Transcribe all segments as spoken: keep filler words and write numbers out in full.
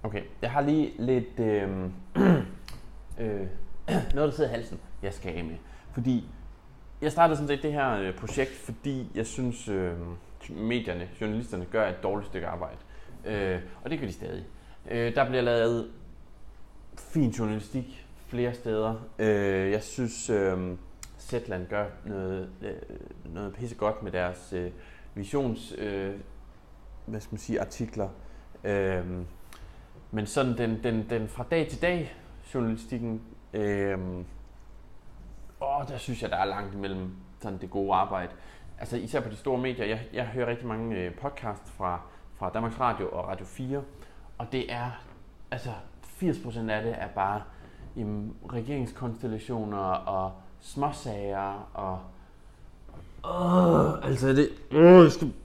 Okay, jeg har lige lidt øh, øh, noget, der sidder i halsen, jeg skal af med. Fordi jeg startede sådan set det her øh, projekt, fordi jeg synes, øh, medierne, journalisterne gør et dårligt stykke arbejde. Øh, og det gør de stadig. Øh, der bliver lavet fin journalistik flere steder. Øh, jeg synes, øh, Zetland gør noget, øh, noget pisse godt med deres øh, visions, øh, hvad skal man sige, artikler. Øh, men sådan den, den, den fra dag til dag journalistikken, øh, åh, der synes jeg, der er langt imellem sådan det gode arbejde. Altså især på de store medier. Jeg, jeg hører rigtig mange øh, podcasts fra, fra Danmarks Radio og Radio fire, og det er, altså firs procent af det er bare jamen, regeringskonstellationer og småsager og åh, altså det, åh, jeg skal...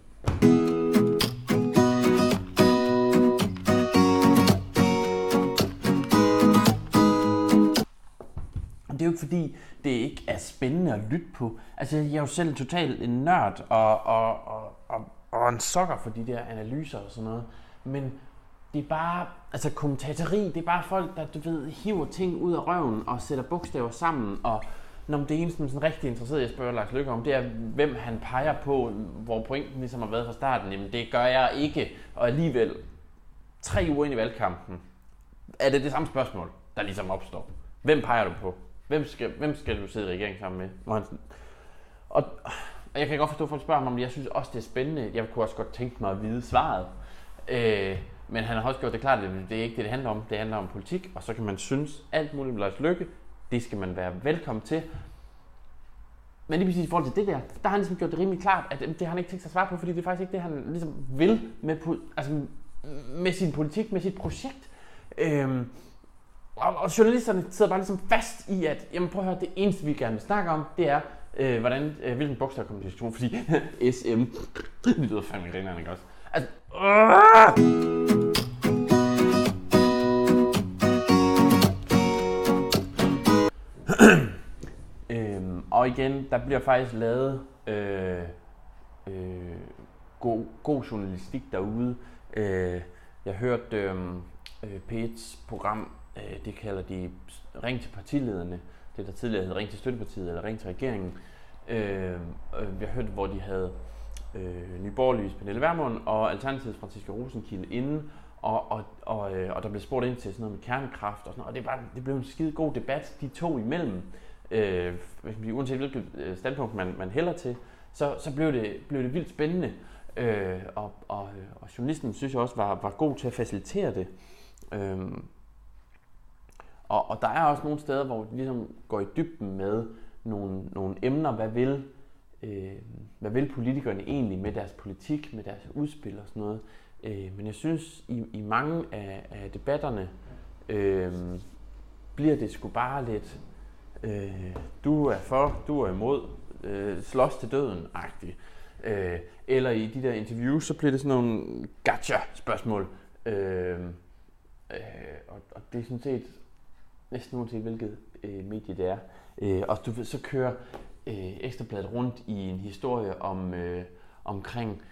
Det er jo ikke fordi, det ikke er spændende at lytte på. Altså, jeg er jo selv totalt en nørd og, og, og, og, og en sokker for de der analyser og sådan noget. Men det er bare, altså kommentatori, det er bare folk, der, du ved, hiver ting ud af røven og sætter bogstaver sammen. Og når det eneste, man sådan rigtig interesseret i at spørge Lars Løkke om, det er, hvem han peger på, hvor pointen ligesom har været fra starten. Jamen, det gør jeg ikke. Og alligevel, tre uger ind i valgkampen, er det det samme spørgsmål, der ligesom opstår. Hvem peger du på? Hvem skal, hvem skal du sidde i regering sammen med? Og, og jeg kan godt forstå, at folk spørger mig om det. Jeg synes også, det er spændende. Jeg kunne også godt tænke mig at vide svaret. Øh, men han har også gjort det klart, at det er ikke det, det handler om. Det handler om politik, og så kan man synes alt muligt med Lars Løkke. Det skal man være velkommen til. Men lige præcis i forhold til det der, der har han ligesom gjort det rimelig klart, at det har han ikke tænkt sig at svare på, fordi det er faktisk ikke det, han ligesom vil med, altså med sin politik, med sit projekt. Øh, Og, og journalisterne sidder bare ligesom fast i, at jamen prøv at høre, det eneste vi gerne vil snakke om, det er, øh, hvordan, øh, hvilken bogstav kommer til situation, fordi S M, det lyder fandme grinerne, ikke også? Altså, øhm, og igen, der bliver faktisk lavet øh, øh, god, god journalistik derude. Øh, jeg hørte øh, P et's program, det kalder de Ring til partilederne, det der tidligere hed Ring til støttepartiet eller Ring til regeringen. Øh, vi har hørt, hvor de havde øh, Nye Borgerliges Pernille Vermund og Alternativets Franciska Rosenkilde inde, og, og, og, øh, og der blev spurgt ind til sådan noget med kernekraft og sådan noget, og det, var, det blev en skide god debat, de to imellem. Øh, uanset hvilket standpunkt man, man hælder til, så, så blev, det, blev det vildt spændende, øh, og, og, og journalisten synes jeg også var, var god til at facilitere det. Øh, Og, og der er også nogle steder, hvor vi ligesom går i dybden med nogle, nogle emner. Hvad vil, øh, hvad vil politikerne egentlig med deres politik, med deres udspil og sådan noget. Øh, men jeg synes, i, i mange af, af debatterne øh, bliver det sgu bare lidt, øh, du er for, du er imod, øh, slås til døden-agtigt. Øh, eller i de der interviews, så bliver det sådan nogle gotcha-spørgsmål. Øh, øh, og, og det er sådan set næsten uanset hvilket øh, medie det er. Øh, og du ved, så kører øh, Ekstrabladet rundt i en historie om øh, omkring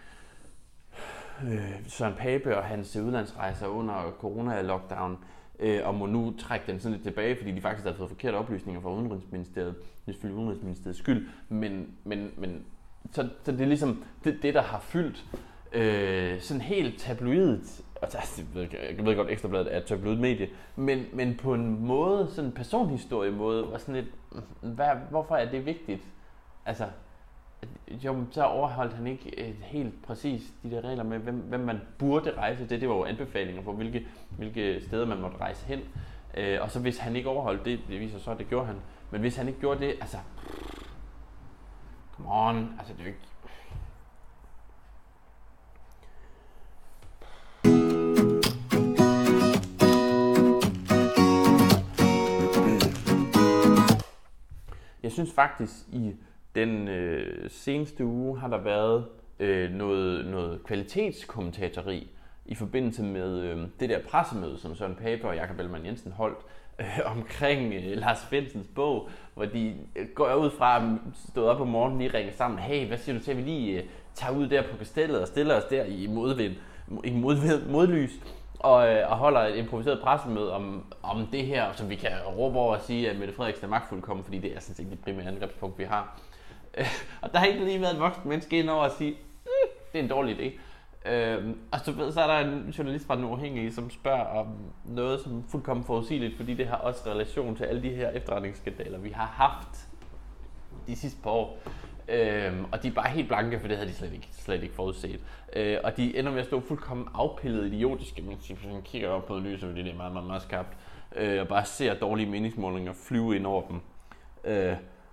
øh, Søren Pape og hans udlandsrejser under corona-lockdown, øh, og må nu trække den sådan lidt tilbage, fordi de faktisk har fået forkerte oplysninger fra Udenrigsministeriet, selvfølgelig Udenrigsministeriets skyld, men, men, men så, så det er ligesom det, det der har fyldt øh, sådan helt tabloidt. Altså, jeg ved godt, Ekstrabladet er et tabloidt medie, men, men på en måde, sådan en personhistorie måde, var sådan lidt, hvad, hvorfor er det vigtigt? Altså, jo, så overholdt han ikke helt præcis de der regler med, hvem, hvem man burde rejse til. Det var jo anbefalinger for, hvilke, hvilke steder man måtte rejse hen. Øh, og så hvis han ikke overholdt det, det viser så, at det gjorde han. Men hvis han ikke gjorde det, altså, come on, altså det er jo ikke... Jeg synes faktisk, i den øh, seneste uge har der været øh, noget, noget kvalitetskommentatori i forbindelse med øh, det der pressemøde, som Søren Pape og Jakob Ellemann-Jensen holdt øh, omkring øh, Lars Findsens bog, hvor de øh, går ud fra, stod op om morgenen lige ringe sammen. Hey, hvad siger du til, at vi lige øh, tager ud der på kastellet og stiller os der i modvind, i modvind, modlys og, øh, og holder et improviseret pressemøde om, om det her, som vi kan råbe over og sige, at Mette Frederiksen er magtfuldkommen, fordi det er sådan set det primære angrebspunkt, vi har. Og der har ikke lige været et voksen menneske ind over at sige, mm, det er en dårlig idé. Øhm, og så, så er der en journalist fra Den Uafhængige, som spørger om noget, som er fuldkommen forudsigeligt, fordi det har også relation til alle de her efterretningsskandaler, vi har haft de sidste par år. Øhm, og de er bare helt blanke, for det havde de slet ikke, slet ikke forudset. Øh, og de ender med at stå fuldkommen afpillet idiotiske, mens de kigger op på lyset, fordi det er meget, meget, meget skarpt, øh, og bare ser dårlige meningsmålinger flyve ind over dem. Øh,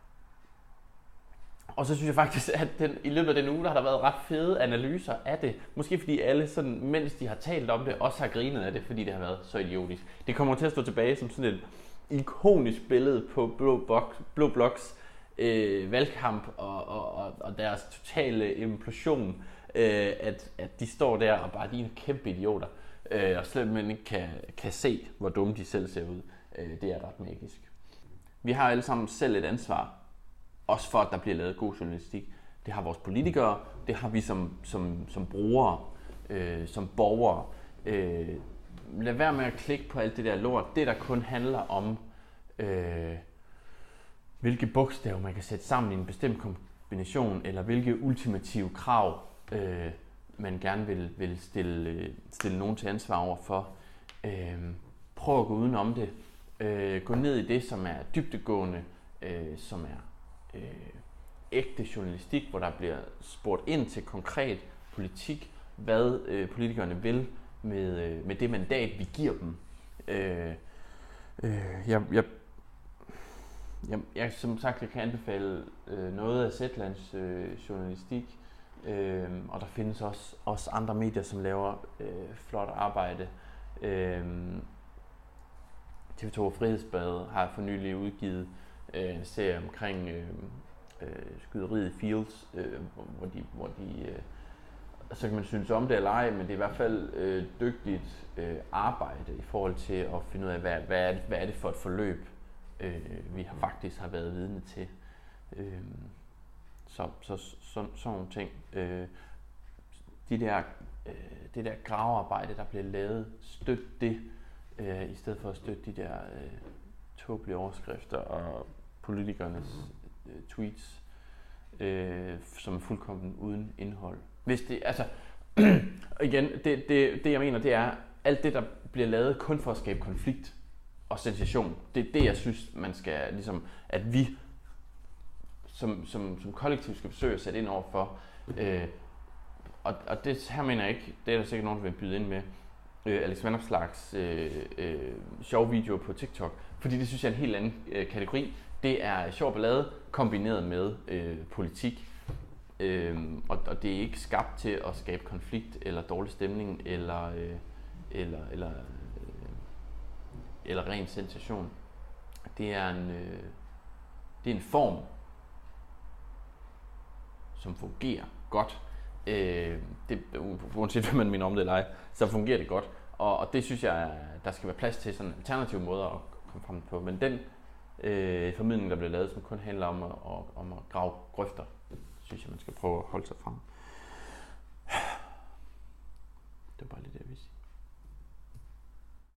Og så synes jeg faktisk, at den, i løbet af den uge, der har der været ret fede analyser af det. Måske fordi alle, sådan, mens de har talt om det, også har grinet af det, fordi det har været så idiotisk. Det kommer til at stå tilbage som sådan et ikonisk billede på Blå, Box, Blå Bloks øh, valgkamp og, og, og, og deres totale implosion. Øh, at, at de står der og bare ligner kæmpe idioter. Øh, og slet man ikke kan, kan se, hvor dumme de selv ser ud. Øh, det er ret magisk. Vi har alle sammen selv et ansvar. Også for, at der bliver lavet god journalistik. Det har vores politikere, det har vi som, som, som brugere, øh, som borgere. Øh, lad være med at klikke på alt det der lort. Det, der kun handler om, øh, hvilke bogstaver man kan sætte sammen i en bestemt kombination, eller hvilke ultimative krav, øh, man gerne vil, vil stille, stille nogen til ansvar over for. Øh, prøv at gå udenom det. Øh, gå ned i det, som er dybdegående, øh, som er Øh, ægte journalistik, hvor der bliver spurgt ind til konkret politik, hvad øh, politikerne vil med, øh, med det mandat, vi giver dem. Øh, øh, jeg, jeg, jeg, jeg, som sagt, jeg kan anbefale øh, noget af Zetlands øh, journalistik, øh, og der findes også, også andre medier, som laver øh, flot arbejde. Øh, T V to og Frihedsbrevet har for nylig udgivet en serie omkring øh, øh, skyderiet i Fields, øh, hvor de, hvor de øh, så kan man synes om det eller ej, men det er i hvert fald øh, dygtigt øh, arbejde i forhold til at finde ud af, hvad, hvad, er, det, hvad er det for et forløb, øh, vi har faktisk har været vidne til. Øh, så, så, så, sådan nogle ting. Øh, de der, øh, det der gravearbejde, der bliver lavet, støt det, øh, i stedet for at støtte de der øh, tåbelige overskrifter og politikernes øh, tweets, øh, som er fuldkommen uden indhold. Hvis det, altså, igen, det, det, det jeg mener, det er, alt det, der bliver lavet kun for at skabe konflikt og sensation, det er det, jeg synes, man skal, ligesom, at vi som, som, som kollektiv skal forsøge at sætte ind over for. Øh, og, og det her mener jeg ikke, det er der sikkert nogen, der vil byde ind med, øh, Alex Vanopslaghs øh, øh, sjove video på TikTok, fordi det synes jeg er en helt anden øh, kategori. Det er sjov ballade kombineret med øh, politik, øh, og, og det er ikke skabt til at skabe konflikt eller dårlig stemning eller øh, eller eller øh, eller ren sensation. Det er en øh, det er en form, som fungerer godt. Øh, det, uanset hvad man mener om det eller ej, så fungerer det godt. Og, og det synes jeg, der skal være plads til sådan alternative måder at komme frem på. Men den øh, formidling, der bliver lavet, som kun handler om at, om at grave grøfter, synes jeg, man skal prøve at holde sig frem. Det var bare lidt